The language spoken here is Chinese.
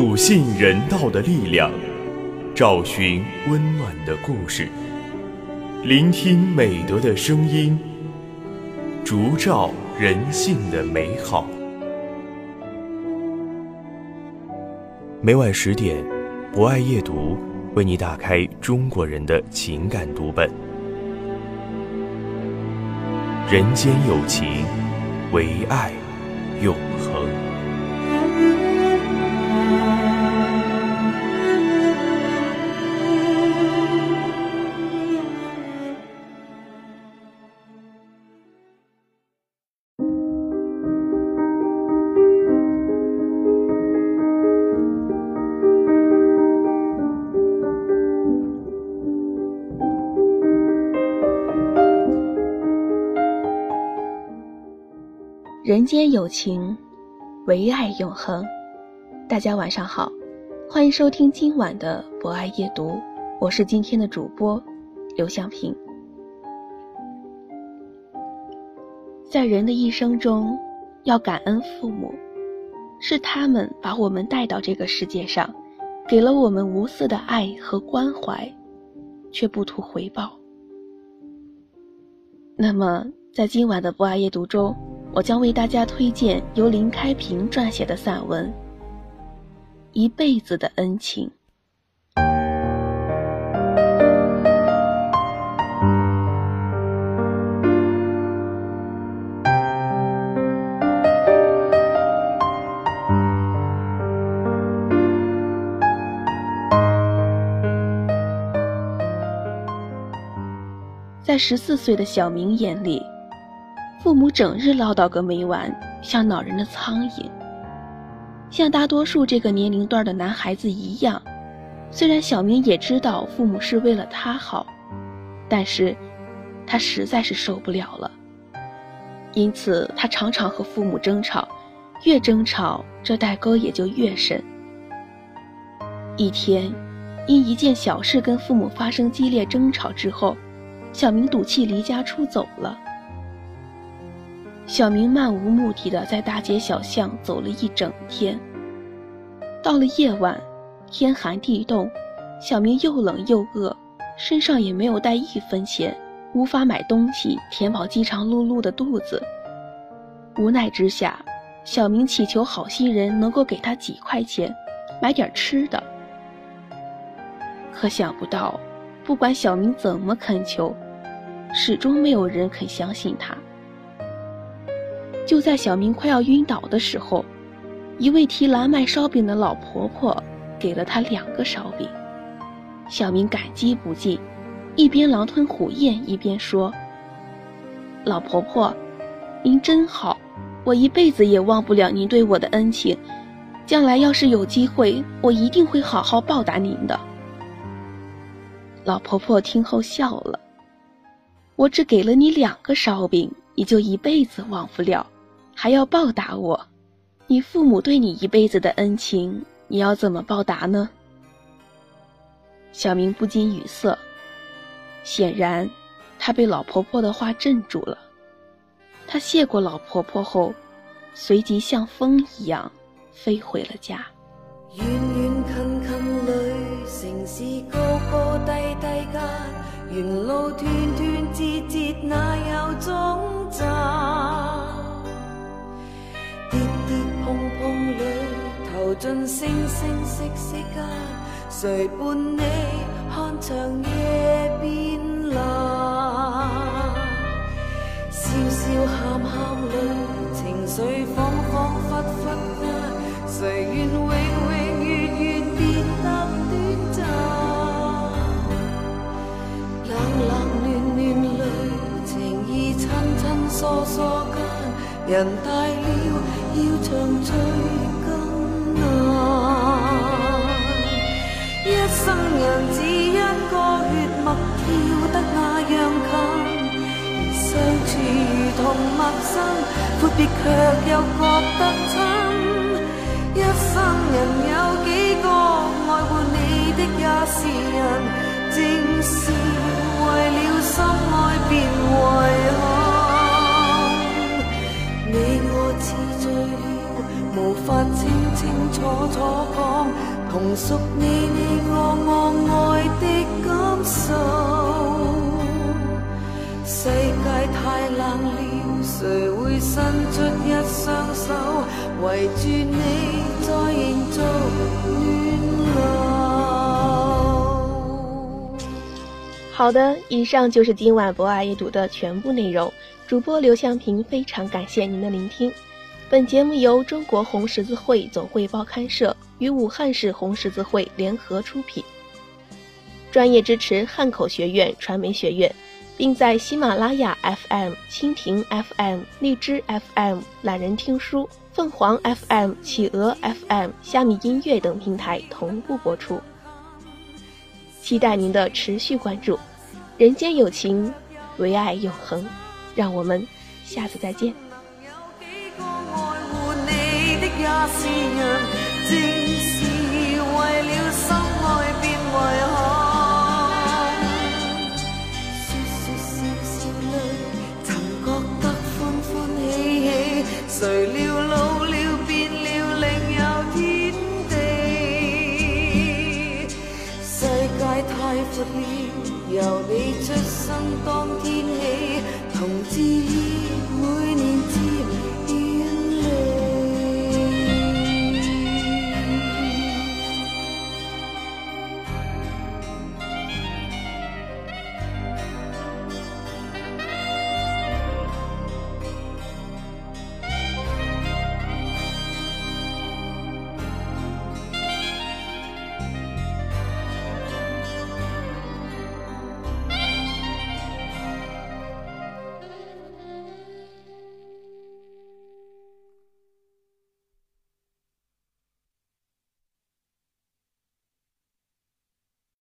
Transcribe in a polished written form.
笃信人道的力量，找寻温暖的故事，聆听美德的声音，烛照人性的美好。每晚10点，博爱夜读为你打开中国人的情感读本。人间有情，唯爱永恒。 人间有情，唯爱永恒。大家晚上好，欢迎收听今晚的博爱夜读，我是今天的主播刘向平。在人的一生中，要感恩父母，是他们把我们带到这个世界上，给了我们无私的爱和关怀，却不图回报。那么在今晚的博爱夜读中，我将为大家推荐由林开平撰写的散文《一辈子的恩情》。在14岁的小明眼里，父母整日唠叨个没完，像恼人的苍蝇。像大多数这个年龄段的男孩子一样，虽然小明也知道父母是为了他好，但是他实在是受不了了。因此他常常和父母争吵，越争吵这代沟也就越深。一天，因一件小事跟父母发生激烈争吵之后，小明赌气离家出走了。小明漫无目的地在大街小巷走了一整天。到了夜晚，天寒地冻，小明又冷又饿，身上也没有带1分钱，无法买东西填饱饥肠辘辘的肚子。无奈之下，小明祈求好心人能够给他几块钱，买点吃的。可想不到，不管小明怎么恳求，始终没有人肯相信他。就在小明快要晕倒的时候，一位提篮卖烧饼的老婆婆给了他2个烧饼。小明感激不尽，一边狼吞虎咽一边说：“老婆婆，您真好，我一辈子也忘不了您对我的恩情，将来要是有机会，我一定会好好报答您的。”老婆婆听后笑了：“我只给了你2个烧饼，你就一辈子忘不了，还要报答我？你父母对你一辈子的恩情，你要怎么报答呢？”小明不禁语塞，显然他被老婆婆的话镇住了。他谢过老婆婆后，随即像风一样飞回了家。 遠遠近近裏，城市高高低低間，沿路斷斷節節，哪有終站？跌跌碰碰裏，投進星星息息間，誰伴你看長夜變藍？笑笑喊喊裏，情緒恍恍惚惚間，誰願永永遠遠變得短暫？冷冷暖暖裏，情意親親疏疏間，人大了要長聚更難。一生人只因個血脈跳得那樣近，相處如同陌生，闊別卻又覺得親。一生人有幾個愛護你的也是人，正是為了心愛便遺憾。你我似醉了，無法清清楚楚讲，同属你我爱的感受。世界太冷了，谁会伸出一双手，围住你再营造暖流。 好的，以上就是今晚博爱夜读的全部内容。主播刘向平非常感谢您的聆听。本节目由中国红十字会总会报刊社与武汉市红十字会联合出品，专业支持汉口学院传媒学院，并在喜马拉雅 FM、蜻蜓 FM、荔枝 FM、懒人听书、凤凰 FM、企鹅 FM、虾米音乐等平台同步播出。期待您的持续关注。人间有情，唯爱永恒。让我们下次再见。 也是人，正是为了心爱变为恨。说说笑笑里，曾觉得欢欢喜喜，谁料老了变了另有天地。世界太阔了，由你出生當天起，同志每年。